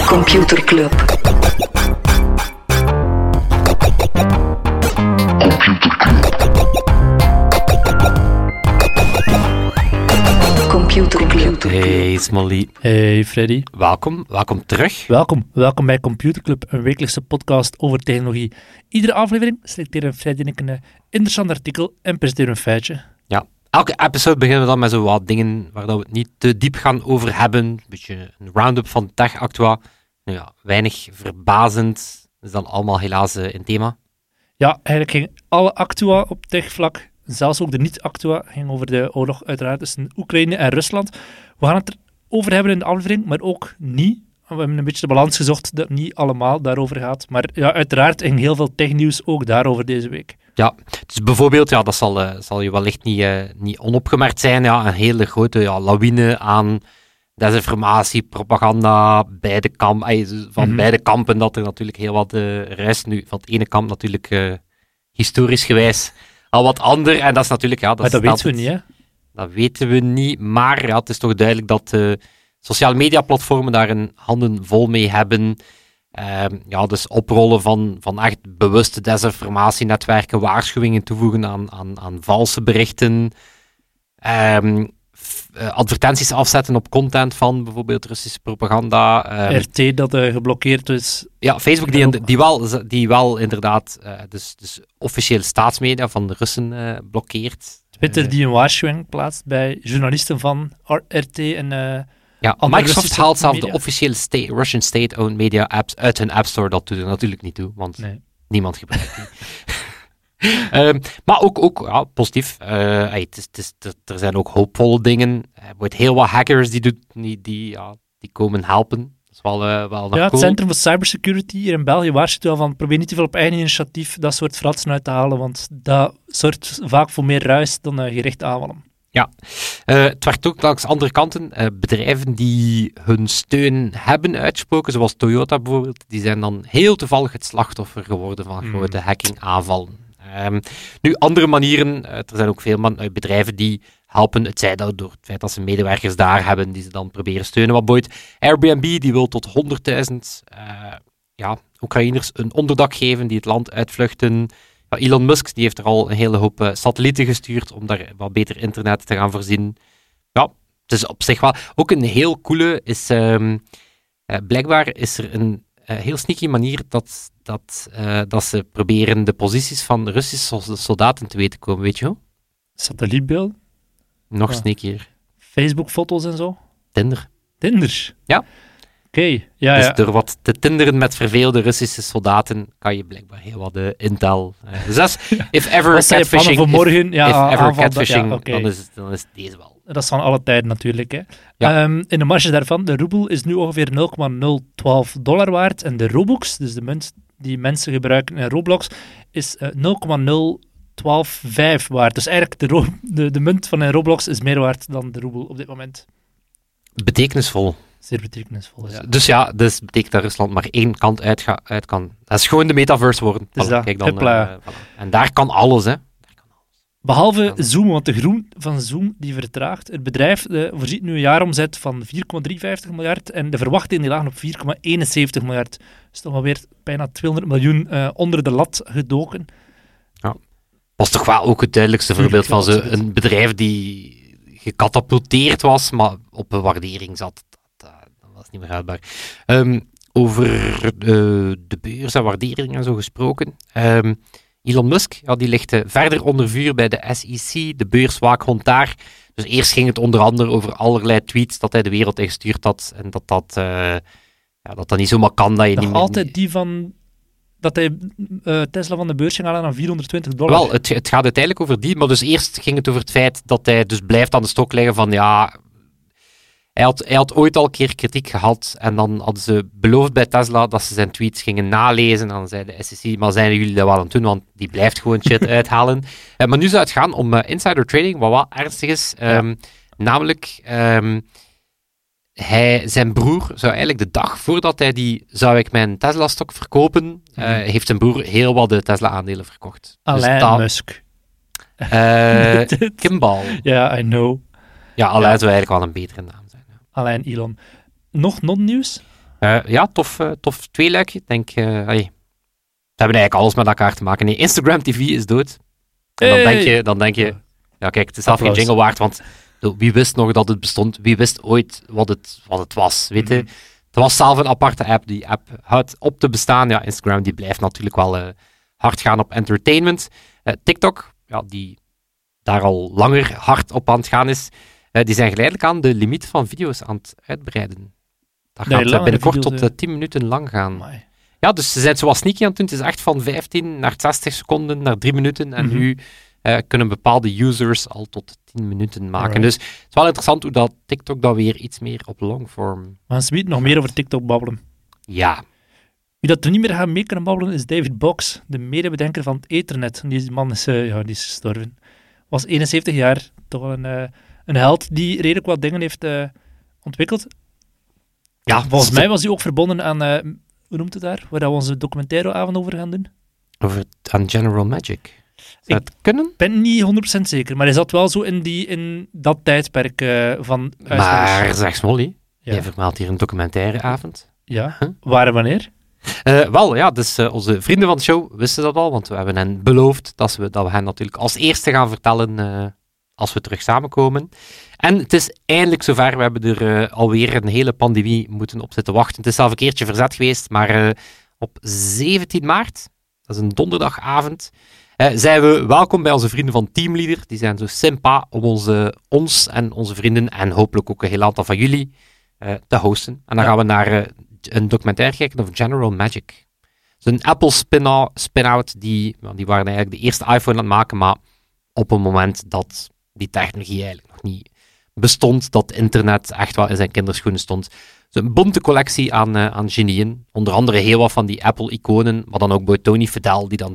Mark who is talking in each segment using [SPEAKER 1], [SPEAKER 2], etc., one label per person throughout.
[SPEAKER 1] Computer Club. Computer Club.
[SPEAKER 2] Hey Smolly.
[SPEAKER 3] Hey Freddy.
[SPEAKER 2] Welkom terug.
[SPEAKER 3] Welkom bij Computer Club, een wekelijkse podcast over technologie. Iedere aflevering selecteren Freddy en ik een interessant artikel en presenteren een feitje.
[SPEAKER 2] Ja, elke episode beginnen we dan met zo wat dingen waar dat we het niet te diep gaan over hebben. Een beetje een round-up van Tech-Actua. Nou ja, weinig verbazend. Dat is dan allemaal helaas in thema.
[SPEAKER 3] Ja, eigenlijk ging alle Actua op techvlak, zelfs ook de niet-Actua, ging over de oorlog uiteraard tussen Oekraïne en Rusland. We gaan het erover hebben in de aflevering, maar ook niet. We hebben een beetje de balans gezocht dat niet allemaal daarover gaat. Maar ja, uiteraard ging heel veel technieuws ook daarover deze week.
[SPEAKER 2] Ja, dus bijvoorbeeld, ja, dat zal je wellicht niet onopgemerkt zijn, ja, een hele grote lawine aan desinformatie, propaganda, beide kampen, dat er natuurlijk heel wat reist. Nu, van het ene kamp natuurlijk historisch gewijs al wat ander, en dat is natuurlijk... Ja,
[SPEAKER 3] Maar dat weten we niet, hè?
[SPEAKER 2] Dat weten we niet, maar ja, het is toch duidelijk dat sociale mediaplatformen daar een handen vol mee hebben. Dus oprollen van echt bewuste desinformatienetwerken, waarschuwingen toevoegen aan valse berichten, advertenties afzetten op content van bijvoorbeeld Russische propaganda.
[SPEAKER 3] RT dat geblokkeerd is.
[SPEAKER 2] Ja, Facebook die wel inderdaad dus officieel staatsmedia van de Russen blokkeert.
[SPEAKER 3] Twitter die een waarschuwing plaatst bij journalisten van RT en...
[SPEAKER 2] Microsoft haalt zelfs de officiële Russian state-owned media apps uit hun App Store. Dat doet er natuurlijk niet toe, want niemand gebruikt die. Maar ook positief. Er zijn ook hoopvolle dingen. Er wordt heel wat hackers die komen helpen. Dat is wel nog cool.
[SPEAKER 3] Het Centrum voor Cybersecurity hier in België waarschuwt wel van probeer niet te veel op eigen initiatief dat soort fratsen uit te halen, want dat zorgt vaak voor meer ruis dan gerichte aanvallen.
[SPEAKER 2] Ja, het werkt ook langs andere kanten. Bedrijven die hun steun hebben uitgesproken, zoals Toyota bijvoorbeeld, die zijn dan heel toevallig het slachtoffer geworden van grote hackingaanvallen. Nu, andere manieren, er zijn ook veel bedrijven die helpen, het zij door het feit dat ze medewerkers daar hebben, die ze dan proberen steunen. Wat boeit Airbnb, die wil tot 100.000 Oekraïners een onderdak geven die het land uitvluchten. Elon Musk die heeft er al een hele hoop satellieten gestuurd om daar wat beter internet te gaan voorzien. Ja, het is op zich wel... Ook een heel coole is... blijkbaar is er een heel sneaky manier dat ze proberen de posities van de Russische soldaten te weten komen, weet je hoe?
[SPEAKER 3] Satellietbeeld?
[SPEAKER 2] Nog sneakier.
[SPEAKER 3] Facebook-foto's en zo?
[SPEAKER 2] Tinder. Ja.
[SPEAKER 3] Oké.
[SPEAKER 2] Dus door wat te tinderen met verveelde Russische soldaten kan je blijkbaar heel wat intel... Dus if ever catfishing, dan is deze wel.
[SPEAKER 3] Dat is van alle tijden natuurlijk. Hè.
[SPEAKER 2] Ja.
[SPEAKER 3] In de marge daarvan, de roebel is nu ongeveer $0,012 waard en de Robux, dus de munt die mensen gebruiken in Roblox, is 0,0125 waard. Dus eigenlijk de munt van een Roblox is meer waard dan de roebel op dit moment.
[SPEAKER 2] Betekenisvol.
[SPEAKER 3] Zeer betekenisvol, ja.
[SPEAKER 2] Dus betekent dat Rusland maar één kant uit kan. Dat is gewoon de metaverse worden.
[SPEAKER 3] Dus
[SPEAKER 2] kijk dan, en daar kan alles, hè.
[SPEAKER 3] Behalve Zoom, want de groen van Zoom die vertraagt. Het bedrijf voorziet nu een jaaromzet van 4,53 miljard en de verwachtingen die lagen op 4,71 miljard. Dus toch alweer bijna 200 miljoen onder de lat gedoken.
[SPEAKER 2] Ja. Was toch wel ook het duidelijkste voorbeeld van een bedrijf die gecatapulteerd was, maar op een waardering zat. Dat was niet meer houdbaar. Over de beurs en waardering en zo gesproken. Elon Musk, die ligt verder onder vuur bij de SEC, de beurswaakhond daar. Dus eerst ging het onder andere over allerlei tweets dat hij de wereld ingestuurd had en dat niet zomaar kan. Dat je niet
[SPEAKER 3] altijd die van... Dat hij Tesla van de beurs ging halen aan $420.
[SPEAKER 2] Wel, het gaat uiteindelijk over die, maar dus eerst ging het over het feit dat hij dus blijft aan de stok leggen van hij had ooit al een keer kritiek gehad en dan hadden ze beloofd bij Tesla dat ze zijn tweets gingen nalezen en dan zei de SEC, maar zijn jullie dat wel aan het doen, want die blijft gewoon shit uithalen. Maar nu zou het gaan om insider trading, wat wel ernstig is. Namelijk, zijn broer zou eigenlijk de dag voordat hij zou ik mijn Tesla-stok verkopen, heeft zijn broer heel wat de Tesla-aandelen verkocht.
[SPEAKER 3] Alain Musk.
[SPEAKER 2] Kimball.
[SPEAKER 3] Ja, I know.
[SPEAKER 2] Ja, Alain zou eigenlijk wel een betere naam zijn. Ja.
[SPEAKER 3] Alain Elon. Nog non-nieuws?
[SPEAKER 2] Ja, tof tweeluikje. Ik denk, ze hebben eigenlijk alles met elkaar te maken. Nee, Instagram TV is dood. En dan denk je, ja kijk, het is zelf geen jingle waard, want wie wist nog dat het bestond? Wie wist ooit wat het was? Weet je? Het was zelf een aparte app. Die app houdt op te bestaan. Ja, Instagram die blijft natuurlijk wel hard gaan op entertainment. TikTok, ja, die daar al langer hard op aan het gaan is, die zijn geleidelijk aan de limiet van video's aan het uitbreiden. Dat gaat binnenkort tot 10 minuten lang gaan.
[SPEAKER 3] Amai.
[SPEAKER 2] Ja, dus ze zijn zoals sneaky aan het doen. Het is echt van 15 naar 60 seconden, naar 3 minuten. En nu kunnen bepaalde users al tot 10 minuten maken.
[SPEAKER 3] Alright.
[SPEAKER 2] Dus het is wel interessant hoe dat TikTok dan weer iets meer op longform...
[SPEAKER 3] We gaan zometeen nog meer over TikTok babbelen.
[SPEAKER 2] Ja.
[SPEAKER 3] Wie dat er niet meer gaat mee kunnen babbelen is David Box, de medebedenker van het Ethernet. Die man is, die is gestorven. Was 71 jaar, toch wel een held die redelijk wat dingen heeft ontwikkeld.
[SPEAKER 2] Ja,
[SPEAKER 3] Volgens mij was hij ook verbonden aan, hoe noemt het daar, waar we onze documentaireavond over gaan doen.
[SPEAKER 2] Aan General Magic. Zou het kunnen?
[SPEAKER 3] Ik ben niet 100% zeker, maar hij zat wel zo in dat tijdperk van
[SPEAKER 2] Maar zeg Smolly,
[SPEAKER 3] Ja.
[SPEAKER 2] jij vermeldt hier een documentaireavond.
[SPEAKER 3] Ja, waar en wanneer?
[SPEAKER 2] Wel, ja, dus onze vrienden van de show wisten dat al, want we hebben hen beloofd dat we hen natuurlijk als eerste gaan vertellen als we terug samenkomen. En het is eindelijk zover. We hebben er alweer een hele pandemie moeten op zitten wachten. Het is zelf een keertje verzet geweest, maar op 17 maart, dat is een donderdagavond, zijn we welkom bij onze vrienden van Teamleader. Die zijn zo sympa om ons en onze vrienden, en hopelijk ook een heel aantal van jullie, te hosten. En dan gaan we naar een documentaire kijken over General Magic. Het is een Apple spin-out, die waren eigenlijk de eerste iPhone aan het maken, maar op een moment dat die technologie eigenlijk nog niet bestond, dat internet echt wel in zijn kinderschoenen stond. Dus een bonte collectie aan genieën. Onder andere heel wat van die Apple-iconen, maar dan ook bij Tony Fadell, die dan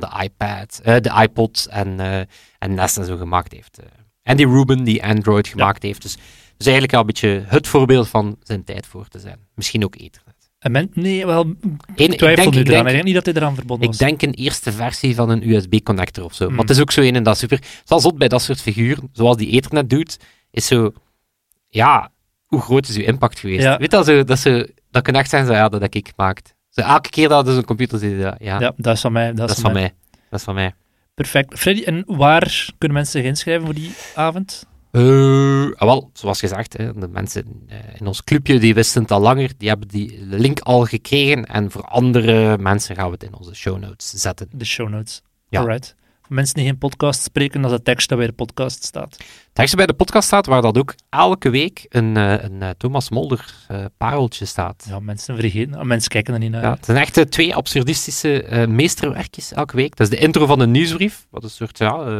[SPEAKER 2] de iPod en Nest en zo gemaakt heeft. Andy Rubin, die Android gemaakt heeft. Dus eigenlijk al een beetje het voorbeeld van zijn tijd voor te zijn. Misschien ook Ethernet.
[SPEAKER 3] Nee, wel,
[SPEAKER 2] Ik
[SPEAKER 3] twijfel nu
[SPEAKER 2] denk-
[SPEAKER 3] eraan. Ik denk niet dat hij eraan verbonden
[SPEAKER 2] Ik
[SPEAKER 3] was.
[SPEAKER 2] denk een eerste versie van een USB-connector of zo. Maar het is ook zo een en dat is super. Het is wel zot bij dat soort figuren, zoals die Ethernet doet, is zo... Ja, hoe groot is uw impact geweest?
[SPEAKER 3] Ja.
[SPEAKER 2] Weet je, dat kan echt zijn, zo, ja, dat heb ik gemaakt. Zo, elke keer dat dus een computer zit, ja,
[SPEAKER 3] Ja, dat is van mij.
[SPEAKER 2] dat is van mij. Dat is van mij.
[SPEAKER 3] Perfect. Freddy, en waar kunnen mensen zich inschrijven voor die avond?
[SPEAKER 2] Wel, zoals gezegd, hè, de mensen in ons clubje die wisten het al langer, die hebben die link al gekregen en voor andere mensen gaan we het in onze show notes zetten.
[SPEAKER 3] De show notes.
[SPEAKER 2] Ja.
[SPEAKER 3] Alright. Voor mensen die geen podcast spreken, dat is de tekst dat bij de podcast staat.
[SPEAKER 2] Tekst bij de podcast staat, waar dat ook elke week een Thomas Mulder pareltje staat.
[SPEAKER 3] Ja, mensen vergeten. Mensen kijken er niet naar.
[SPEAKER 2] Ja, het zijn echt 2 absurdistische meesterwerkjes elke week. Dat is de intro van de nieuwsbrief, wat een soort,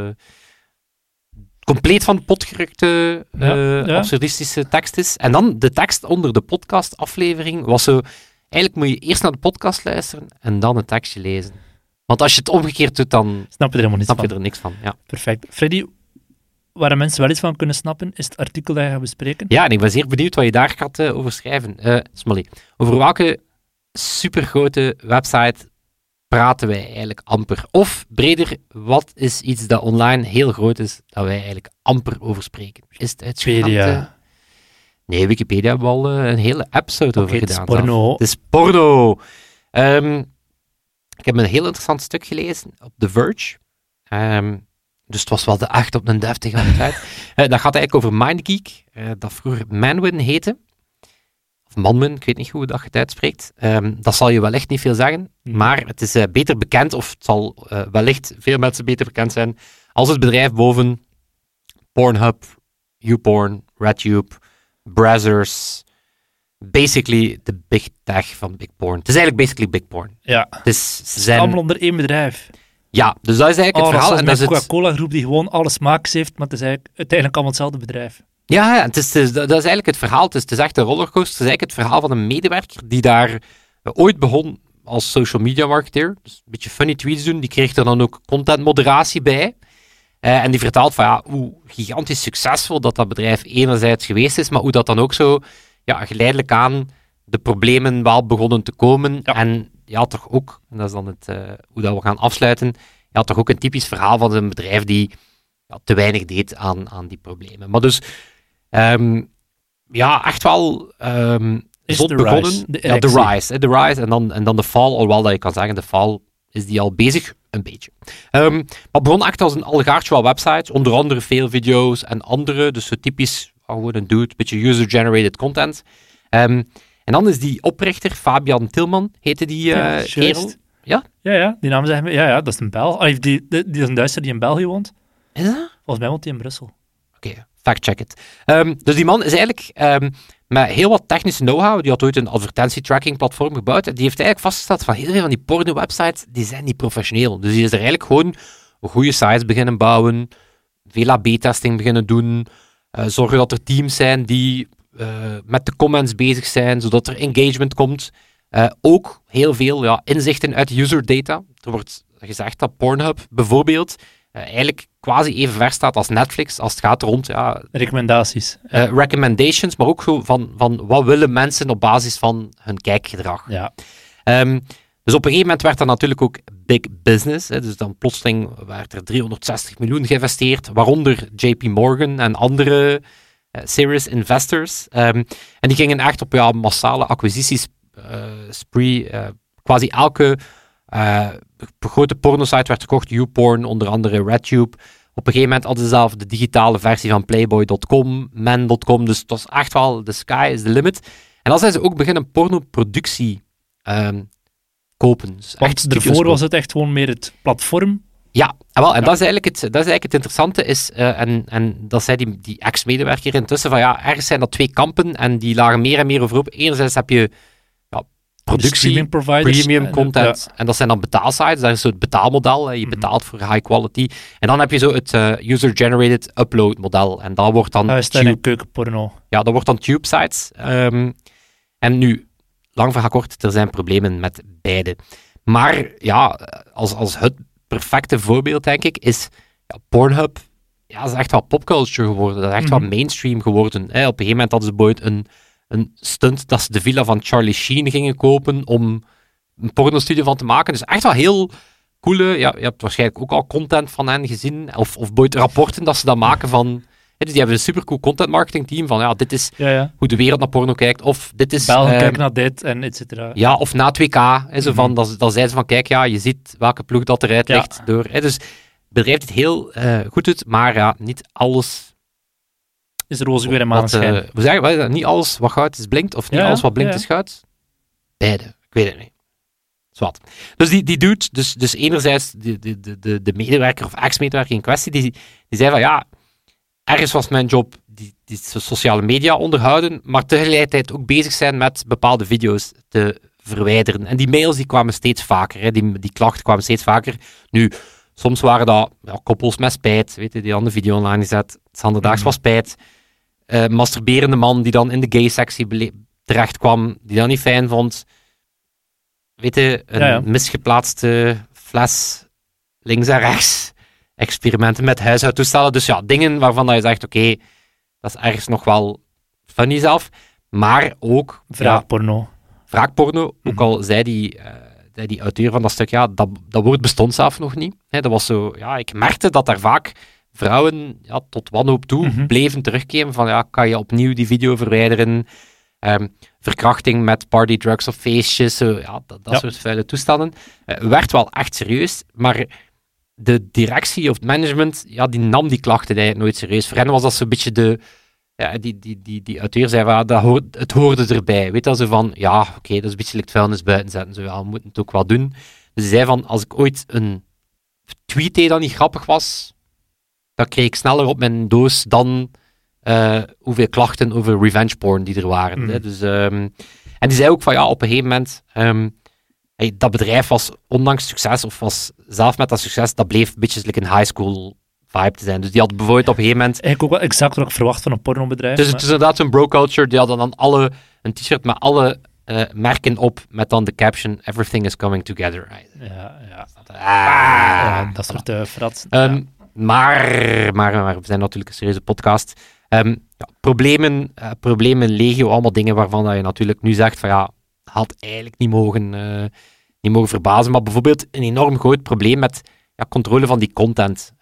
[SPEAKER 2] compleet van de pot gerukte absurdistische tekst is. En dan de tekst onder de podcastaflevering was zo... Eigenlijk moet je eerst naar de podcast luisteren en dan het tekstje lezen. Want als je het omgekeerd doet, dan
[SPEAKER 3] Snap je er helemaal niets
[SPEAKER 2] snap je
[SPEAKER 3] van.
[SPEAKER 2] er niks van. Ja.
[SPEAKER 3] Perfect. Freddy, waar mensen wel iets van kunnen snappen, is het artikel dat je gaat bespreken.
[SPEAKER 2] Ja, en ik ben zeer benieuwd wat je daar gaat over schrijven. Smolly, over welke supergrote website praten wij eigenlijk amper? Of breder, wat is iets dat online heel groot is, dat wij eigenlijk amper over spreken? Is het
[SPEAKER 3] Wikipedia.
[SPEAKER 2] Nee, Wikipedia hebben we al een hele episode over
[SPEAKER 3] Het is
[SPEAKER 2] gedaan.
[SPEAKER 3] porno.
[SPEAKER 2] Het is porno. Ik heb een heel interessant stuk gelezen op The Verge. Dus het was wel de echt op een deftige website. Dat gaat eigenlijk over MindGeek, dat vroeger Manwin heette. Of Manwin, ik weet niet hoe dat je het uitspreekt. Dat zal je wellicht niet veel zeggen, maar het is beter bekend, of het zal wellicht veel mensen beter bekend zijn, als het bedrijf boven Pornhub, YouPorn, RedTube, Brazzers, basically de big tech van Big Porn. Het is eigenlijk basically Big Porn.
[SPEAKER 3] Ja.
[SPEAKER 2] Het is
[SPEAKER 3] Allemaal onder één bedrijf.
[SPEAKER 2] Ja, dus dat is eigenlijk het verhaal. En dat is
[SPEAKER 3] een
[SPEAKER 2] het...
[SPEAKER 3] Coca-Cola-groep die gewoon alle smaaks heeft, maar het is eigenlijk uiteindelijk allemaal hetzelfde bedrijf.
[SPEAKER 2] Ja, dat is eigenlijk het verhaal. Het is echt een rollercoaster. Het is eigenlijk het verhaal van een medewerker die daar ooit begon als social media marketeer. Dus een beetje funny tweets doen. Die kreeg er dan ook contentmoderatie bij. En die vertelt van hoe gigantisch succesvol dat bedrijf enerzijds geweest is, maar hoe dat dan ook zo geleidelijk aan de problemen wel begonnen te komen. Ja. En toch ook, en dat is dan hoe dat we gaan afsluiten, toch ook een typisch verhaal van een bedrijf die te weinig deed aan die problemen. Maar dus, echt wel
[SPEAKER 3] Is
[SPEAKER 2] zot
[SPEAKER 3] de
[SPEAKER 2] begonnen.
[SPEAKER 3] rise, de
[SPEAKER 2] Ja, de
[SPEAKER 3] erectie.
[SPEAKER 2] rise. De rise en dan de fall, alhoewel dat je kan zeggen, de fall is die al bezig, een beetje. Maar het begon echt als een allegaartje wat websites, onder andere veel video's en andere, dus zo typisch, gewoon een dude, een beetje user-generated content. En dan is die oprichter, Fabian Tilman, heette die
[SPEAKER 3] Ja,
[SPEAKER 2] kerel.
[SPEAKER 3] juist.
[SPEAKER 2] Ja?
[SPEAKER 3] Ja, die naam zeggen we. Ja, dat is een Bel. Die is een Duitser die in België woont.
[SPEAKER 2] Is dat?
[SPEAKER 3] Volgens mij woont hij in Brussel.
[SPEAKER 2] Oké, fact-check it. Dus die man is eigenlijk met heel wat technische know-how, die had ooit een advertentie-tracking platform gebouwd, en die heeft eigenlijk vastgesteld van heel veel van die porno-websites, die zijn niet professioneel. Dus die is er eigenlijk gewoon goede sites beginnen bouwen, veel AB-testing beginnen doen, zorgen dat er teams zijn die met de comments bezig zijn, zodat er engagement komt. Ook heel veel inzichten uit user data. Er wordt gezegd dat Pornhub bijvoorbeeld eigenlijk quasi even ver staat als Netflix als het gaat rond
[SPEAKER 3] Recommendaties.
[SPEAKER 2] recommendations, maar ook zo van wat willen mensen op basis van hun kijkgedrag.
[SPEAKER 3] Ja.
[SPEAKER 2] Dus op een gegeven moment werd dat natuurlijk ook big business. Hè, dus dan plotseling werd er 360 miljoen geïnvesteerd, waaronder JP Morgan en andere serious investors. En die gingen echt op massale acquisities spree. Quasi elke grote pornosite werd gekocht, YouPorn, onder andere RedTube. Op een gegeven moment hadden ze zelf de digitale versie van Playboy.com, Men.com, dus het was echt wel, the sky is the limit. En dan zijn ze ook beginnen pornoproductie kopen. Dus
[SPEAKER 3] Want daarvoor was het echt gewoon meer het platform.
[SPEAKER 2] Ja, en dat is eigenlijk het interessante, is, en dat zei die ex-medewerker intussen, van ergens zijn dat twee kampen, en die lagen meer en meer overop. Enerzijds heb je productie, premium content, en dat zijn dan betaalsites, dat is zo het betaalmodel, je betaalt voor high quality, en dan heb je zo het user-generated upload model, en dat wordt dan
[SPEAKER 3] huisstijl keukenporno.
[SPEAKER 2] Ja, dat wordt dan tube sites. En nu, lang verhaal kort, er zijn problemen met beide. Maar ja, als het perfecte voorbeeld, denk ik, is Pornhub, dat is echt wel popculture geworden, dat is echt wel mainstream geworden. Op een gegeven moment hadden ze bijvoorbeeld een stunt dat ze de villa van Charlie Sheen gingen kopen om een pornostudio van te maken. Dus echt wel heel coole, je hebt waarschijnlijk ook al content van hen gezien, of bijvoorbeeld rapporten dat ze dan maken van, dus die hebben een supercool content marketing team van, dit is hoe de wereld naar porno kijkt, of dit is...
[SPEAKER 3] Belgen kijken naar dit, en et cetera.
[SPEAKER 2] Ja, of na 2K, van, dan zeiden ze van, kijk, je ziet welke ploeg dat eruit ligt. Door, dus het bedrijf dit heel goed doet, maar niet alles...
[SPEAKER 3] Is roze weer een maneschijn.
[SPEAKER 2] We zeggen, niet alles wat goud is blinkt, of niet alles wat blinkt is goud. Beide, ik weet het niet. Zwat. Dus die dude, dus enerzijds de medewerker of ex-medewerker in kwestie, die zei van, ergens was mijn job die sociale media onderhouden, maar tegelijkertijd ook bezig zijn met bepaalde video's te verwijderen. En die mails die kwamen steeds vaker, hè, die klachten kwamen steeds vaker. Nu, soms waren dat koppels met spijt, weet je, die hadden de video online gezet. Zanderdaags was spijt. Masturberende man die dan in de gay-sectie terecht kwam, die dat niet fijn vond. Weet je, een misgeplaatste fles links en rechts. Experimenten met huishoudtoestellen. Dus dingen waarvan dat je zegt, oké, dat is ergens nog wel funny zelf. Maar ook...
[SPEAKER 3] Wraakporno.
[SPEAKER 2] Wraakporno. Ook al zei die auteur van dat stuk, dat woord bestond zelf nog niet. Dat was zo... ik merkte dat daar vaak vrouwen tot wanhoop toe bleven terugkeren van, kan je opnieuw die video verwijderen? Verkrachting met partydrugs of feestjes. Dat soort vuile toestanden. Werd wel echt serieus, maar... De directie of het management, die nam die klachten eigenlijk nooit serieus. Voor hen was dat zo'n beetje die auteur zei van, het hoorde erbij. Weet je, zo van, oké, dat is een beetje het vuilnis buiten zetten. Zo, we moeten het ook wel doen. Dus hij zei van, als ik ooit een tweet deed dat niet grappig was, dan kreeg ik sneller op mijn doos dan hoeveel klachten over revenge porn die er waren. Hè. Dus, en die zei ook van, op een gegeven moment... dat bedrijf was, ondanks succes, of was zelf met dat succes, dat bleef een beetje like een high school vibe te zijn. Dus die had bijvoorbeeld op een gegeven moment...
[SPEAKER 3] Eigenlijk ook wel exact wat ik verwacht van een pornobedrijf.
[SPEAKER 2] Dus het is inderdaad zo'n bro culture, die hadden dan een t-shirt met alle merken op, met dan de caption, everything is coming together.
[SPEAKER 3] Dat soort frat.
[SPEAKER 2] Maar we zijn natuurlijk een serieuze podcast. Problemen legio, allemaal dingen waarvan dat je natuurlijk nu zegt van had eigenlijk niet mogen verbazen, maar bijvoorbeeld een enorm groot probleem met controle van die content.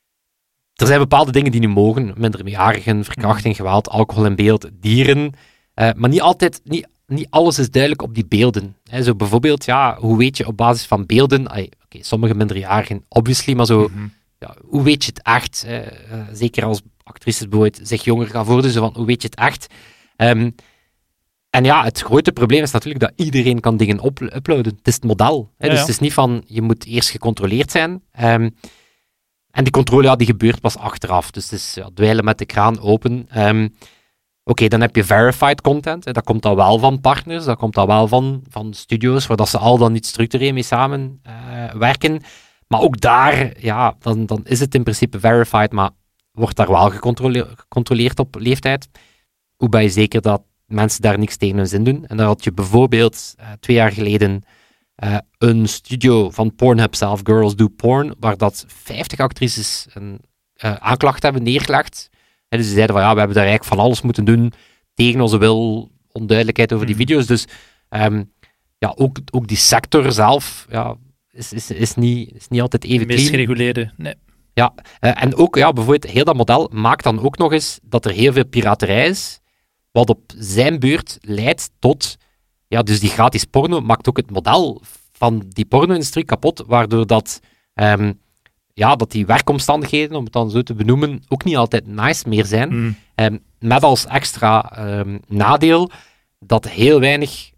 [SPEAKER 2] Er zijn bepaalde dingen die nu mogen, minderjarigen, verkrachting, geweld, alcohol in beeld, dieren. Maar niet alles is duidelijk op die beelden. Hè. Zo bijvoorbeeld, hoe weet je op basis van beelden... sommige minderjarigen, obviously, maar zo... hoe weet je het echt? Zeker als actrices bijvoorbeeld zich jonger gaan voordoen, zo van, hoe weet je het echt? En het grote probleem is natuurlijk dat iedereen kan dingen uploaden. Het is het model. Hè? Dus het is niet van, je moet eerst gecontroleerd zijn. En die controle, die gebeurt pas achteraf. Dus het is dweilen met de kraan open. Dan heb je verified content. Dat komt dan wel van partners, dat komt dan wel van studio's, waar dat ze al dan niet structureel mee samen werken. Maar ook daar, dan is het in principe verified, maar wordt daar wel gecontroleerd op leeftijd. Hoe ben je zeker dat mensen daar niks tegen hun zin doen? En dan had je bijvoorbeeld 2 jaar geleden een studio van Pornhub zelf, Girls Do Porn, waar dat 50 actrices een aanklacht hebben neergelegd. En dus ze zeiden van, we hebben daar eigenlijk van alles moeten doen tegen onze wil, onduidelijkheid over die video's. Dus ook die sector zelf is niet altijd even clean.
[SPEAKER 3] Meest gereguleerde, nee.
[SPEAKER 2] Ja, en ook bijvoorbeeld heel dat model maakt dan ook nog eens dat er heel veel piraterij is, wat op zijn beurt leidt tot... dus die gratis porno maakt ook het model van die porno-industrie kapot, waardoor dat die werkomstandigheden, om het dan zo te benoemen, ook niet altijd nice meer zijn. Met als extra nadeel dat heel weinig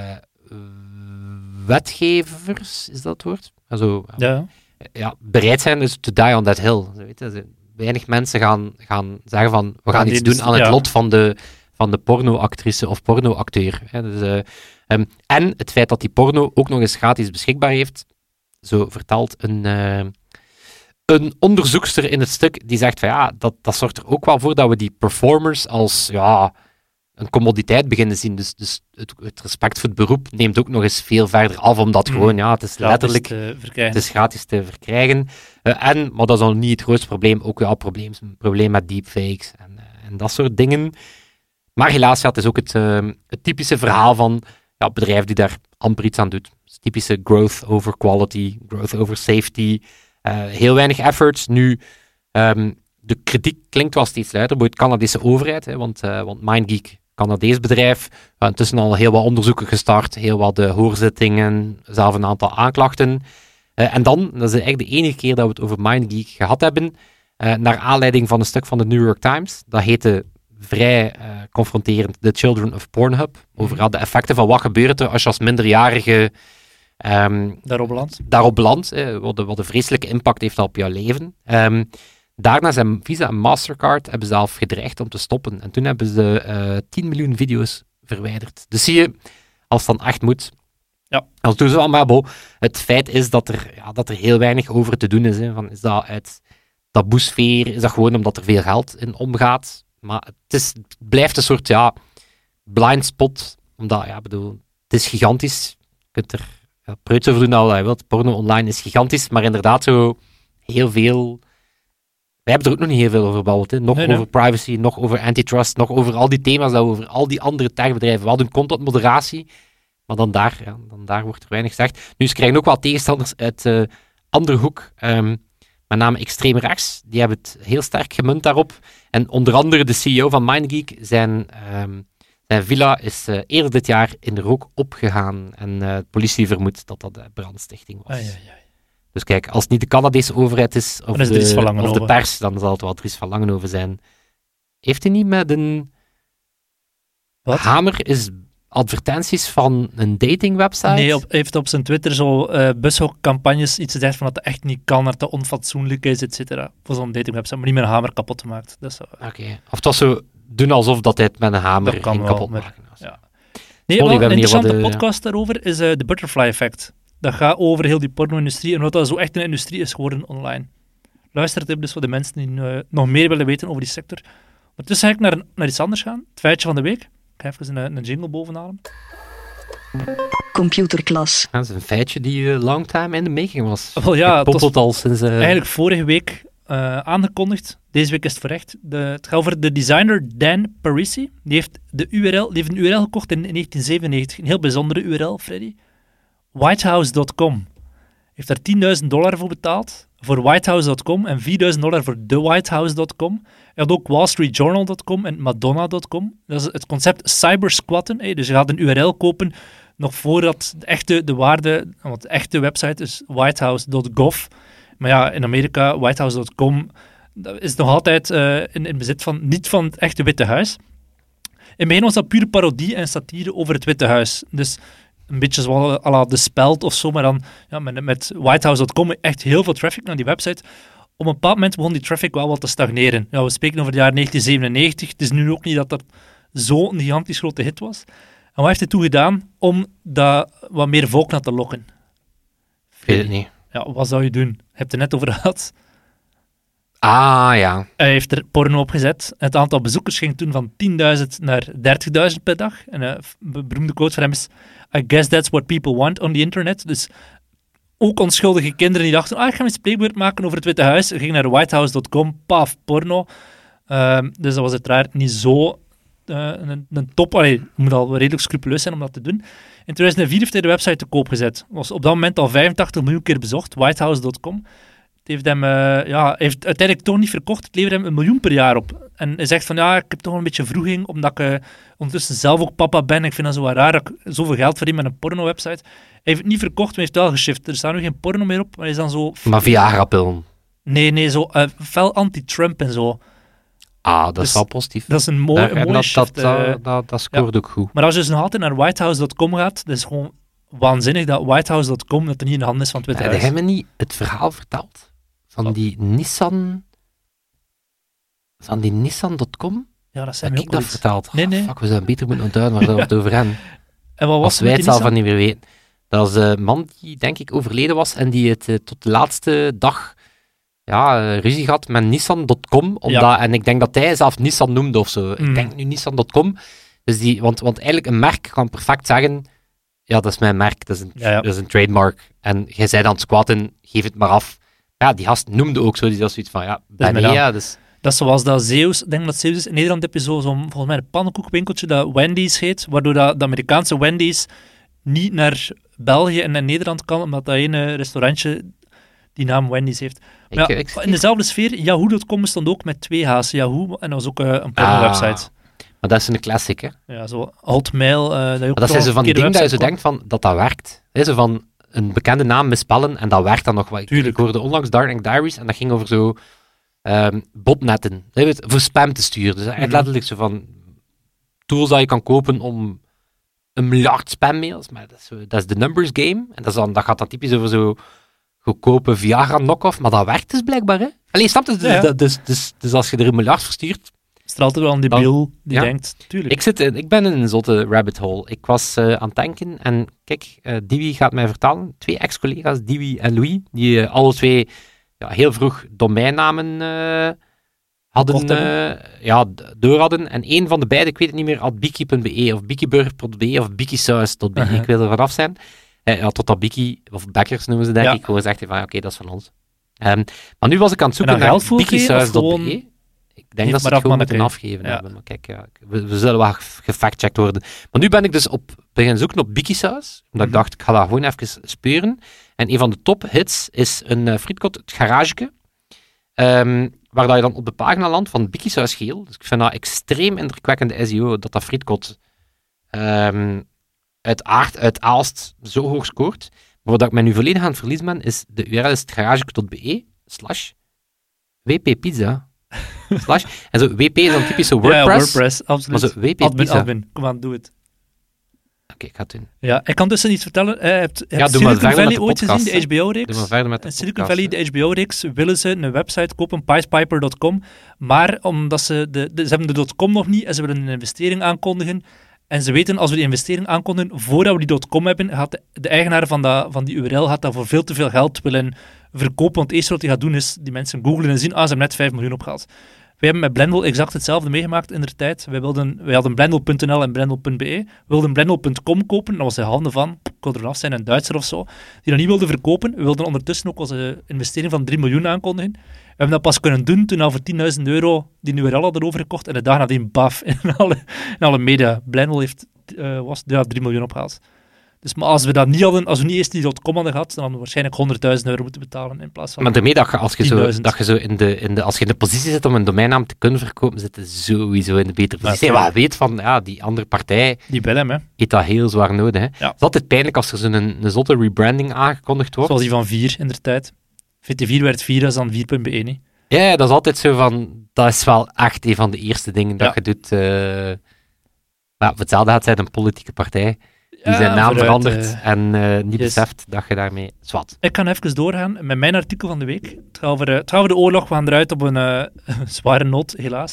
[SPEAKER 2] wetgevers, is dat het woord? Also, bereid zijn dus to die on that hill. Weinig mensen gaan zeggen van, we gaan iets doen aan het lot van de pornoactrice of pornoacteur. En het feit dat die porno ook nog eens gratis beschikbaar heeft, zo vertelt een onderzoekster in het stuk, die zegt van dat zorgt er ook wel voor dat we die performers als een commoditeit beginnen zien. Dus het respect voor het beroep neemt ook nog eens veel verder af, omdat gewoon, het is letterlijk, het is gratis te verkrijgen. Maar dat is al niet het grootste probleem, ook wel een probleem met deepfakes en dat soort dingen. Maar helaas, het is ook het typische verhaal van bedrijf die daar amper iets aan doet. Het typische growth over quality, growth over safety. Heel weinig efforts. Nu, de kritiek klinkt wel steeds luider bij de Canadese overheid, want MindGeek, Canadees bedrijf, intussen al heel wat onderzoeken gestart, heel wat hoorzittingen, zelf een aantal aanklachten. En dan, dat is eigenlijk de enige keer dat we het over MindGeek gehad hebben, naar aanleiding van een stuk van de New York Times. Dat heette vrij confronterend The Children of Pornhub, over de effecten van wat gebeurt er als je als minderjarige daarop belandt, wat een vreselijke impact heeft dat op jouw leven. Daarna zijn Visa en Mastercard hebben zelf gedreigd om te stoppen. En toen hebben ze 10 miljoen video's verwijderd. Dus zie je, als het dan echt moet, als doen ze allemaal. Het feit is dat er heel weinig over te doen is. Is dat uit taboesfeer? Is dat gewoon omdat er veel geld in omgaat? Maar het blijft een soort blind spot. Omdat, het is gigantisch. Je kunt er preuts over doen al je wilt. Porno online is gigantisch, maar inderdaad zo heel veel... Wij hebben er ook nog niet heel veel over gebouwd. Nog over privacy, nog over antitrust, nog over al die thema's, over al die andere techbedrijven. We hadden contentmoderatie, maar dan daar wordt er weinig gezegd. Nu, ze krijgen ook wel tegenstanders uit andere hoek, met name extreem rechts. Die hebben het heel sterk gemunt daarop. En onder andere de CEO van MindGeek, zijn villa is eerder dit jaar in de rook opgegaan. En de politie vermoedt dat dat brandstichting was. Dus kijk, als het niet de Canadese overheid is, of de pers, dan zal het wel Dries van Langenhoven zijn. Heeft hij niet met een hamer advertenties van een datingwebsite?
[SPEAKER 3] Nee, hij heeft op zijn Twitter zo bushokcampagnes iets gezegd van dat het echt niet kan, dat het onfatsoenlijk is, et cetera. Voor zo'n datingwebsite, maar niet met een hamer kapot gemaakt.
[SPEAKER 2] Oké. Of het was zo doen alsof dat hij het met een hamer ging kapot maken.
[SPEAKER 3] Ja. Nee, wel, een interessante podcast daarover is de Butterfly Effect. Dat gaat over heel die porno-industrie en wat dat zo echt een industrie is geworden online. Luister het dus voor de mensen die nog meer willen weten over die sector. Ondertussen ga ik naar iets anders gaan. Het feitje van de week. Ik ga even een jingle bovenhalen.
[SPEAKER 1] Computerklas.
[SPEAKER 2] Dat is een feitje die long time in the making was.
[SPEAKER 3] Wel ja, het was
[SPEAKER 2] al sinds...
[SPEAKER 3] eigenlijk vorige week aangekondigd. Deze week is het verrecht. Het gaat over de designer Dan Parisi. Die heeft een URL gekocht in 1997. Een heel bijzondere URL, Freddy. Whitehouse.com. Heeft daar $10.000 voor betaald voor whitehouse.com en $4.000 voor thewhitehouse.com. Je had ook wallstreetjournal.com en madonna.com. Dat is het concept cybersquatten. Dus je gaat een URL kopen nog voordat de waarde, want de echte website is whitehouse.gov. Maar ja, in Amerika, whitehouse.com, dat is nog altijd in bezit niet van het echte Witte Huis. In het begin was dat pure parodie en satire over het Witte Huis. Dus een beetje zoals à la De Speld of zo, maar dan met whitehouse.com echt heel veel traffic naar die website. Op een bepaald moment begon die traffic wel wat te stagneren. Ja, we spreken over het jaar 1997. Het is nu ook niet dat dat zo'n gigantisch grote hit was. En wat heeft hij toen gedaan om daar wat meer volk naar te lokken?
[SPEAKER 2] Ik weet het niet.
[SPEAKER 3] Ja, wat zou je doen? Je hebt het er net over gehad.
[SPEAKER 2] Ah, ja.
[SPEAKER 3] Hij heeft er porno op gezet. Het aantal bezoekers ging toen van 10.000 naar 30.000 per dag. En een beroemde quote van hem is: I guess that's what people want on the internet. Dus ook onschuldige kinderen die dachten, ik ga een spreekbeurt maken over het Witte Huis. Ging naar whitehouse.com, paf, porno. Dus dat was uiteraard niet zo een top. Je moet al redelijk scrupuleus zijn om dat te doen. In 2004 heeft hij de website te koop gezet. Was op dat moment al 85 miljoen keer bezocht, whitehouse.com. Het heeft hem heeft uiteindelijk toch niet verkocht. Het leverde hem $1 miljoen per jaar op. En hij zegt van, ik heb toch een beetje vroeging, omdat ik ondertussen zelf ook papa ben. Ik vind dat zo wat raar dat ik zoveel geld verdien met een porno-website. Hij heeft het niet verkocht, maar heeft wel geshift. Er staat nu geen porno meer op, maar hij is dan zo...
[SPEAKER 2] Maar Viagra-pillen.
[SPEAKER 3] Nee, zo fel anti-Trump en zo.
[SPEAKER 2] Ah, dat is wel positief.
[SPEAKER 3] Dat is een mooie shift.
[SPEAKER 2] Dat scoort ook goed.
[SPEAKER 3] Maar als je dus nog altijd naar whitehouse.com gaat, dat is gewoon waanzinnig dat whitehouse.com dat er niet in de hand is van het Witte Huis.
[SPEAKER 2] Heb je niet het verhaal verteld van die Nissan... Van die Nissan.com?
[SPEAKER 3] Ja, dat zijn
[SPEAKER 2] heb
[SPEAKER 3] we
[SPEAKER 2] ik
[SPEAKER 3] ook
[SPEAKER 2] dat
[SPEAKER 3] niet.
[SPEAKER 2] verteld?
[SPEAKER 3] Nee.
[SPEAKER 2] Fuck, we zouden beter moeten onthouden waar we het over hebben.
[SPEAKER 3] En wat was
[SPEAKER 2] als wij het zelf niet meer weten. Dat is een man die, denk ik, overleden was en die het tot de laatste dag ruzie had met Nissan.com. En ik denk dat hij zelf Nissan noemde of zo. Ik denk nu Nissan.com. Dus want eigenlijk een merk kan perfect zeggen, ja, dat is mijn merk, dat is een trademark. En jij zei dan squatten, geef het maar af. Ja, die gast noemde ook zo, die had zoiets van, dus...
[SPEAKER 3] Dat is zoals dat Zeus, ik denk dat Zeus in Nederland heb je volgens mij een pannenkoekwinkeltje dat Wendy's heet, waardoor dat de Amerikaanse Wendy's niet naar België en naar Nederland kan, omdat dat ene restaurantje die naam Wendy's heeft. Maar in dezelfde sfeer, Yahoo.com bestond ook met 2 H's, Yahoo, en dat was ook een porno-website.
[SPEAKER 2] Maar dat is een classic, hè?
[SPEAKER 3] Ja, zo Altmail.
[SPEAKER 2] Dat zijn zo van die dingen dat je zo denkt van, dat werkt. Zo van een bekende naam misspellen en dat werkt dan nog wel. Ik hoorde onlangs Dark Diaries en dat ging over zo botnetten. Voor spam te sturen. Dus echt letterlijk zo van tools dat je kan kopen om 1 miljard spammails. Maar dat is de numbers game. En dat gaat dan typisch over zo goedkope Viagra knock-off. Maar dat werkt dus blijkbaar, hè? Allee, snap je? Dus als je er 1 miljard verstuurt,
[SPEAKER 3] straalt er wel een debiel die denkt, tuurlijk.
[SPEAKER 2] Ik ben in een zotte rabbit hole. Ik was aan het denken en kijk, Dewey gaat mij vertellen. 2 ex-collega's, Dewey en Louis, die alle 2 heel vroeg domeinnamen door hadden. En één van de beide, ik weet het niet meer, had biki.be of bikiburger.be of bikisaus.be. Ik wil er vanaf zijn. Totdat Biki, of Bekkers noemen ze denk ik, gewoon zegt van oké, dat is van ons. Maar nu was ik aan het zoeken naar bikisaus.be. Ik denk dat ze het gewoon moeten afgeven hebben. Maar kijk, we zullen wel gefactcheckt worden. Maar nu ben ik dus beginnen zoeken op bikisaus. Omdat ik dacht, ik ga dat gewoon even speuren. En een van de top hits is een frietkot, het garageke. Waar dat je dan op de pagina landt van bikisaus geel. Dus ik vind dat extreem indrukwekkende SEO, dat fritkot uit Aalst zo hoog scoort. Maar wat ik mij nu volledig aan het verliezen ben, is de URL is garageke.be/wppizza. En zo, WP is dan typisch zo WordPress.
[SPEAKER 3] Ja, WordPress, absoluut.
[SPEAKER 2] Maar zo, WP Pizza.
[SPEAKER 3] Admin, kom aan, doe het.
[SPEAKER 2] Oké, ik ga het doen.
[SPEAKER 3] Ja, ik kan dus iets vertellen. Heb
[SPEAKER 2] Silicon
[SPEAKER 3] Valley ooit gezien, de HBO-reeks?
[SPEAKER 2] Doe maar verder met de
[SPEAKER 3] In Silicon Valley, de HBO-reeks, willen ze een website kopen, picepiper.com, maar omdat ze hebben de .com nog niet en ze willen een investering aankondigen. En ze weten, als we die investering aankondigen, voordat we die .com hebben, gaat de eigenaar van die URL gaat dat voor veel te veel geld willen verkopen. Want het eerste wat hij gaat doen is die mensen googlen en zien, ze hebben net 5 miljoen opgehaald. Wij hebben met Blendel exact hetzelfde meegemaakt in de tijd. Wij hadden Blendel.nl en Blendel.be. We wilden Blendel.com kopen. Dat was de handen van, ik wil er vanaf zijn, een Duitser of zo. Die dat niet wilde verkopen. We wilden ondertussen ook onze investering van 3 miljoen aankondigen. We hebben dat pas kunnen doen toen we voor €10.000 die URL hadden overgekocht. En de dag nadien, baf, in alle media. Blendel heeft 3 miljoen opgehaald. Dus maar als we dat niet hadden, als we niet eerst die .com hadden gehad, dan hadden we waarschijnlijk €100.000 moeten betalen in plaats van...
[SPEAKER 2] Maar daarmee dat je, als je
[SPEAKER 3] 10.000.
[SPEAKER 2] zo als je in de positie zit om een domeinnaam te kunnen verkopen, zit je sowieso in de betere positie.
[SPEAKER 3] Ja,
[SPEAKER 2] Maar weet van, ja, die andere partij
[SPEAKER 3] Die bellen hem, hè.
[SPEAKER 2] heeft dat heel zwaar nodig. Hè.
[SPEAKER 3] Ja.
[SPEAKER 2] Het is altijd pijnlijk als er zo'n een zotte rebranding aangekondigd wordt.
[SPEAKER 3] Zoals die van 4 in de tijd. VT4 werd 4, dat is dan 4.be niet.
[SPEAKER 2] Ja, dat is altijd zo van, dat is wel echt een van de eerste dingen dat
[SPEAKER 3] Ja.
[SPEAKER 2] je doet. Maar voor hetzelfde had zij een politieke partij die zijn naam
[SPEAKER 3] vooruit,
[SPEAKER 2] verandert en niet
[SPEAKER 3] yes.
[SPEAKER 2] beseft dat je daarmee zwat.
[SPEAKER 3] Ik kan even doorgaan met mijn artikel van de week. Het gaat over de oorlog. We gaan eruit op een zware noot, helaas.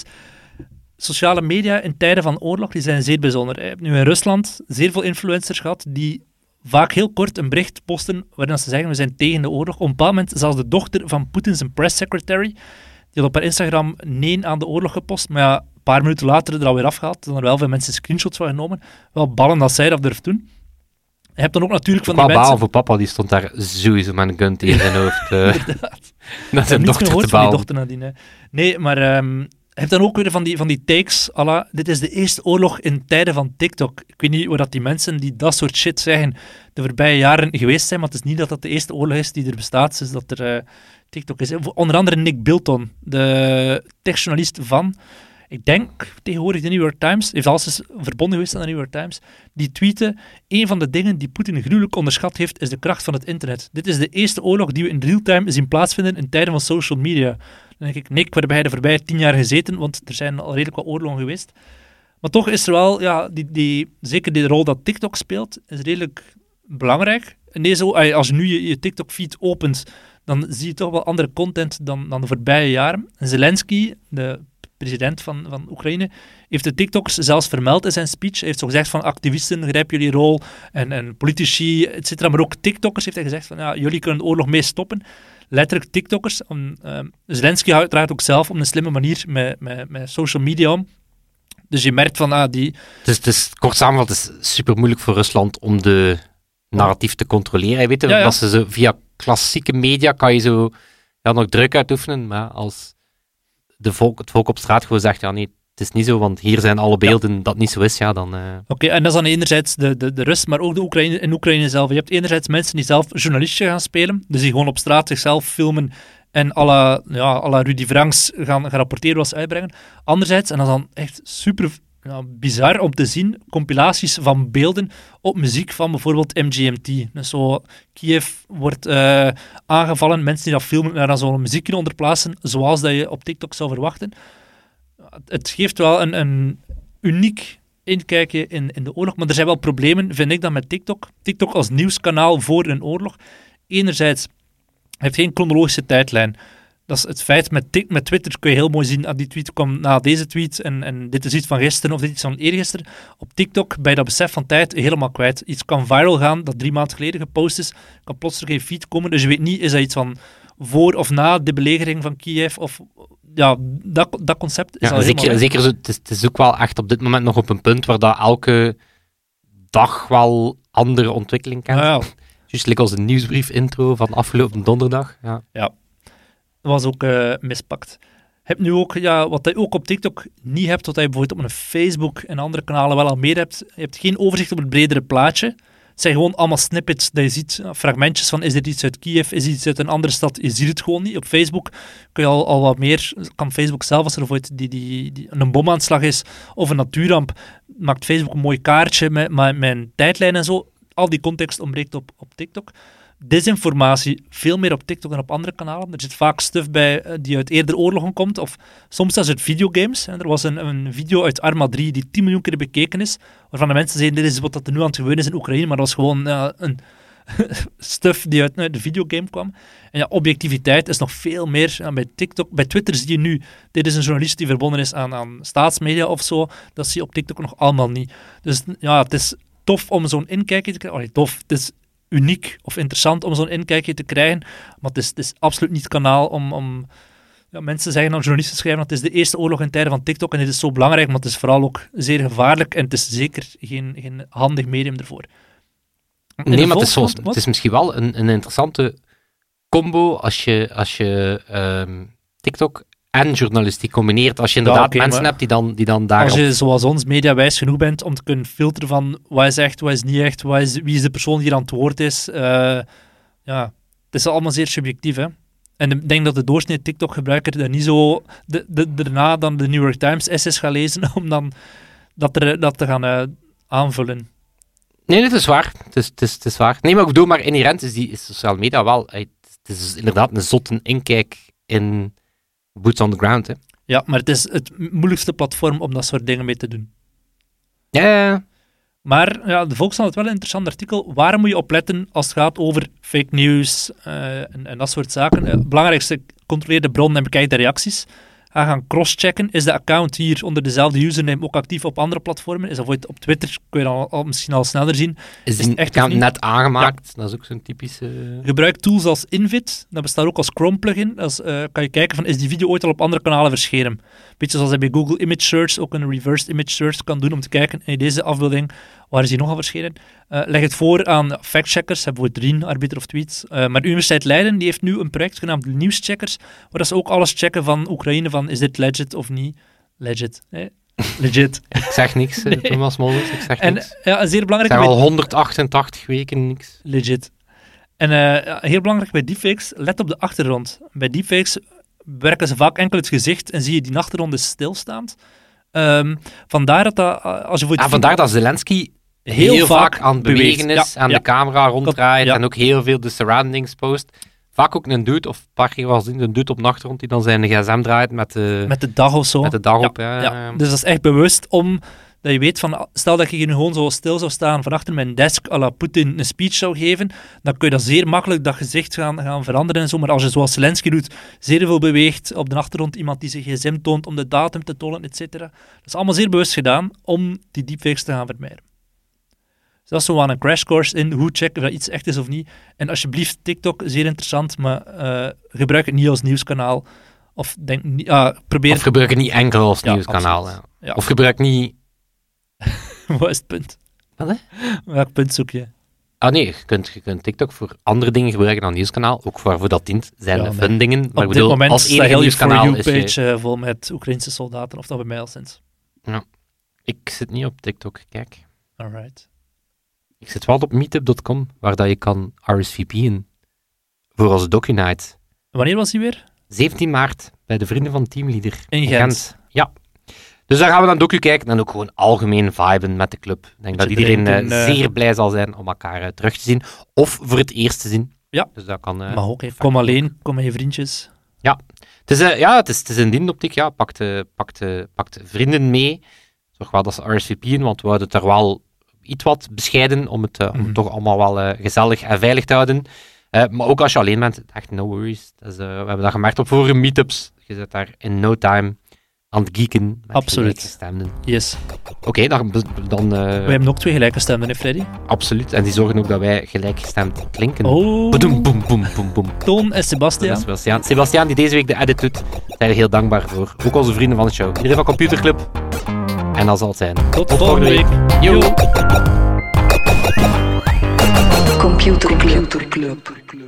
[SPEAKER 3] Sociale media in tijden van oorlog die zijn zeer bijzonder. Je hebt nu in Rusland zeer veel influencers gehad die vaak heel kort een bericht posten waarin ze zeggen we zijn tegen de oorlog. Op een bepaald moment zelfs de dochter van Poetin, zijn press secretary, die had op haar Instagram nee aan de oorlog gepost, maar ja, een paar minuten later er alweer afgehaald. Er zijn er wel veel mensen screenshots van genomen. Wel ballen dat zij dat durft doen. Je hebt dan ook natuurlijk van die
[SPEAKER 2] Qua
[SPEAKER 3] mensen...
[SPEAKER 2] baal voor papa, die stond daar sowieso met een gun tegen zijn hoofd.
[SPEAKER 3] Inderdaad.
[SPEAKER 2] Naar zijn
[SPEAKER 3] Niets
[SPEAKER 2] dochter te
[SPEAKER 3] gehoord van die
[SPEAKER 2] bouwen.
[SPEAKER 3] dochter nadien. Hè. Nee, maar je hebt dan ook weer van die takes, à la, dit is de eerste oorlog in tijden van TikTok. Ik weet niet hoe dat die mensen die dat soort shit zeggen de voorbije jaren geweest zijn, maar het is niet dat dat de eerste oorlog is die er bestaat, dus dat er TikTok is. Onder andere Nick Bilton, de techjournalist van... Ik denk tegenwoordig de New York Times, heeft alles verbonden geweest aan de New York Times, die tweeten, een van de dingen die Poetin gruwelijk onderschat heeft, is de kracht van het internet. Dit is de eerste oorlog die we in real-time zien plaatsvinden in tijden van social media. Dan denk ik, Nick, waar heb jij de voorbije 10 jaar gezeten? Want er zijn al redelijk wat oorlogen geweest. Maar toch is er wel, ja, zeker die rol dat TikTok speelt, is redelijk belangrijk. Als je nu je TikTok-feed opent, dan zie je toch wel andere content dan de voorbije jaren. En Zelensky, de president van Oekraïne, heeft de TikToks zelfs vermeld in zijn speech. Hij heeft zo gezegd van activisten, grijp jullie rol, en politici, et cetera. Maar ook TikTokkers heeft hij gezegd van, ja, jullie kunnen de oorlog mee stoppen. Letterlijk TikTokkers. Zelensky draait ook zelf op een slimme manier met social media om. Dus je merkt van,
[SPEAKER 2] Het is kort samengevat, het is super moeilijk voor Rusland om de narratief te controleren. Weet je,
[SPEAKER 3] Ja.
[SPEAKER 2] dat ze zo via klassieke media kan je zo nog druk uitoefenen, maar als het volk op straat gewoon zegt, ja nee, het is niet zo, want hier zijn alle beelden dat niet zo is, ja, dan...
[SPEAKER 3] Oké, en dat is dan enerzijds de Rus, maar ook in Oekraïne zelf. Je hebt enerzijds mensen die zelf journalistje gaan spelen, dus die gewoon op straat zichzelf filmen en à la Rudy Franks gaan rapporteren wat ze uitbrengen. Anderzijds, en dat is dan echt super bizar om te zien, compilaties van beelden op muziek van bijvoorbeeld MGMT. Dus zo, Kiev wordt aangevallen, mensen die dat filmen en dan zo'n muziekje onderplaatsen, zoals dat je op TikTok zou verwachten. Het geeft wel een uniek inkijkje in de oorlog, maar er zijn wel problemen, vind ik, dan met TikTok. TikTok als nieuwskanaal voor een oorlog. Enerzijds heeft geen chronologische tijdlijn. Dat is het feit, met Twitter kun je heel mooi zien, die tweet kwam na deze tweet en dit is iets van gisteren of dit is iets van eergisteren. Op TikTok, bij dat besef van tijd, helemaal kwijt. Iets kan viral gaan, dat 3 maanden geleden gepost is, kan plotseling geen feed komen, dus je weet niet, is dat iets van voor of na de belegering van Kiev, of... Ja, dat concept is al helemaal...
[SPEAKER 2] Zeker zo, het is ook wel echt op dit moment nog op een punt waar dat elke dag wel andere ontwikkeling kent.
[SPEAKER 3] Ja.
[SPEAKER 2] Juist like als de nieuwsbrief-intro van afgelopen donderdag. Ja.
[SPEAKER 3] Dat was ook mispakt. Heb nu ook, wat je ook op TikTok niet hebt, wat je bijvoorbeeld op een Facebook en andere kanalen wel al meer hebt, je hebt geen overzicht op het bredere plaatje. Het zijn gewoon allemaal snippets dat je ziet, fragmentjes van is dit iets uit Kiev, is dit iets uit een andere stad, je ziet het gewoon niet. Op Facebook kun je al wat meer, kan Facebook zelf, als er bijvoorbeeld een bomaanslag is of een natuurramp, maakt Facebook een mooi kaartje met een tijdlijn en zo. Al die context ontbreekt op TikTok. Desinformatie veel meer op TikTok dan op andere kanalen. Er zit vaak stuff bij die uit eerder oorlogen komt, of soms zelfs uit videogames. En er was een video uit Arma 3 die 10 miljoen keer bekeken is, waarvan de mensen zeiden, dit is wat er nu aan het gebeuren is in Oekraïne, maar dat was gewoon een stuff die uit de videogame kwam. En ja, objectiviteit is nog veel meer bij TikTok. Bij Twitter zie je nu, dit is een journalist die verbonden is aan staatsmedia of zo. Dat zie je op TikTok nog allemaal niet. Dus ja, het is tof om zo'n inkijkje te krijgen. Het is uniek of interessant om zo'n inkijkje te krijgen, maar het is absoluut niet het kanaal om mensen zeggen dan journalisten schrijven dat het is de eerste oorlog in tijden van TikTok en dit is zo belangrijk, maar het is vooral ook zeer gevaarlijk en het is zeker geen handig medium ervoor.
[SPEAKER 2] Nee, maar het is misschien wel een interessante combo als je TikTok en journalistiek combineert. Als je inderdaad
[SPEAKER 3] oké,
[SPEAKER 2] mensen
[SPEAKER 3] maar
[SPEAKER 2] hebt die dan daarop...
[SPEAKER 3] Als je zoals ons mediawijs genoeg bent om te kunnen filteren van wat is echt, wat is niet echt, wie is de persoon die hier aan het woord is. Het is allemaal zeer subjectief, hè. En ik denk dat de doorsnee TikTok-gebruiker dat niet zo daarna dan de New York Times essays gaat lezen om dan dat te gaan aanvullen.
[SPEAKER 2] Nee, het is waar. Het is waar. Nee, maar ik bedoel, maar inherent is sociale media wel... Het is inderdaad een zotte inkijk in boots on the ground, hè.
[SPEAKER 3] Ja, maar het is het moeilijkste platform om dat soort dingen mee te doen.
[SPEAKER 2] Ja.
[SPEAKER 3] Maar ja, de Volkskrant had wel een interessant artikel. Waar moet je op letten als het gaat over fake news en dat soort zaken? Het belangrijkste, controleer de bron en bekijk de reacties. Ga gaan crosschecken. Is de account hier onder dezelfde username ook actief op andere platformen? Is dat bijvoorbeeld op Twitter? Kun je dan misschien al sneller zien.
[SPEAKER 2] Is die account net aangemaakt? Ja. Dat is ook zo'n typische...
[SPEAKER 3] Gebruik tools als Invid. Dat bestaat ook als Chrome plugin. Kan je kijken van, is die video ooit al op andere kanalen verschenen? Beetje zoals je bij Google Image Search ook een reversed image search kan doen om te kijken, in deze afbeelding, waar is die nogal verschenen? Leg het voor aan factcheckers, bijvoorbeeld Rien, Arbiter of Tweets. Maar de Universiteit Leiden die heeft nu een project genaamd Nieuwscheckers, waar ze ook alles checken van Oekraïne, van is dit legit of niet? Legit. Legit.
[SPEAKER 2] Ik zeg niks, Thomas Molders, ik zeg niks.
[SPEAKER 3] Ja, zeer belangrijk.
[SPEAKER 2] Ik zeg al 188 weken niks.
[SPEAKER 3] Legit. En heel belangrijk bij deepfakes, let op de achtergrond. Bij deepfakes werken ze vaak enkel het gezicht en zie je die achtergrond is stilstaand. Vandaar als je
[SPEAKER 2] vandaar dat Zelensky heel vaak aan het bewegen is, aan de camera ronddraait en ook heel veel de surroundings post. Vaak ook een dude, of een paar keer wel zien, een dude op de achtergrond die dan zijn gsm draait met de
[SPEAKER 3] dag of zo.
[SPEAKER 2] Met de dag op,
[SPEAKER 3] Dus dat is echt bewust om... Dat je weet van, stel dat je hier nu gewoon zo stil zou staan van achter mijn desk, à la Poetin een speech zou geven, dan kun je dat zeer makkelijk, dat gezicht gaan veranderen en zo. Maar als je zoals Zelensky doet, zeer veel beweegt, op de achtergrond iemand die zijn gsm toont om de datum te tonen, etc. Dat is allemaal zeer bewust gedaan om die deepfakes te gaan vermijden. Dus dat is zo aan een crash course in hoe checken of dat iets echt is of niet. En alsjeblieft, TikTok, zeer interessant, maar gebruik het niet als nieuwskanaal. Of
[SPEAKER 2] gebruik het niet enkel als nieuwskanaal. Ja. Of gebruik niet...
[SPEAKER 3] Wat is het punt?
[SPEAKER 2] Wat, hè?
[SPEAKER 3] Welk punt zoek je?
[SPEAKER 2] Nee, je kunt TikTok voor andere dingen gebruiken dan nieuwskanaal. Ook waarvoor dat dient, zijn fundingen. Maar
[SPEAKER 3] op dit moment
[SPEAKER 2] als
[SPEAKER 3] staat heel je
[SPEAKER 2] nieuwskanaal
[SPEAKER 3] For You-page vol met Oekraïnse soldaten, of dat bij mij al sinds.
[SPEAKER 2] Ja. Ik zit niet op TikTok, kijk.
[SPEAKER 3] Alright.
[SPEAKER 2] Ik zit wel op meetup.com, waar dat je kan RSVP'en voor onze DocuNight.
[SPEAKER 3] Wanneer was die weer?
[SPEAKER 2] 17 maart, bij de Vrienden van Teamleader.
[SPEAKER 3] In Gent.
[SPEAKER 2] Ja. Dus daar gaan we dan docu kijken en ook gewoon algemeen viben met de club. Ik denk dat iedereen zeer blij zal zijn om elkaar terug te zien. Of voor het eerst te zien.
[SPEAKER 3] Ja.
[SPEAKER 2] Dus dat kan...
[SPEAKER 3] Mag ook, kom alleen, kom met je vriendjes.
[SPEAKER 2] Ja. Het is in die optiek, pakt vrienden mee. Zorg wel dat ze RSVP'en, want we houden het er wel iets wat bescheiden om het toch allemaal wel gezellig en veilig te houden. Maar ook als je alleen bent, echt no worries. Dus, we hebben dat gemerkt op vorige meetups. Je zit daar in no time aan het geeken met gelijkgestemden.
[SPEAKER 3] Yes.
[SPEAKER 2] Oké, dan...
[SPEAKER 3] We hebben ook 2 gelijkgestemden, hè, Freddy?
[SPEAKER 2] Absoluut. En die zorgen ook dat wij gelijkgestemd klinken.
[SPEAKER 3] Oh.
[SPEAKER 2] Boom, boom, boom, boom, boom.
[SPEAKER 3] Toon en Sebastiaan.
[SPEAKER 2] Sebastiaan, die deze week de edit doet, zijn we heel dankbaar voor. Ook onze vrienden van de show. Iedereen van Computerclub. En dat zal het zijn.
[SPEAKER 3] Tot volgende week.
[SPEAKER 2] Yo.
[SPEAKER 1] Computerclub.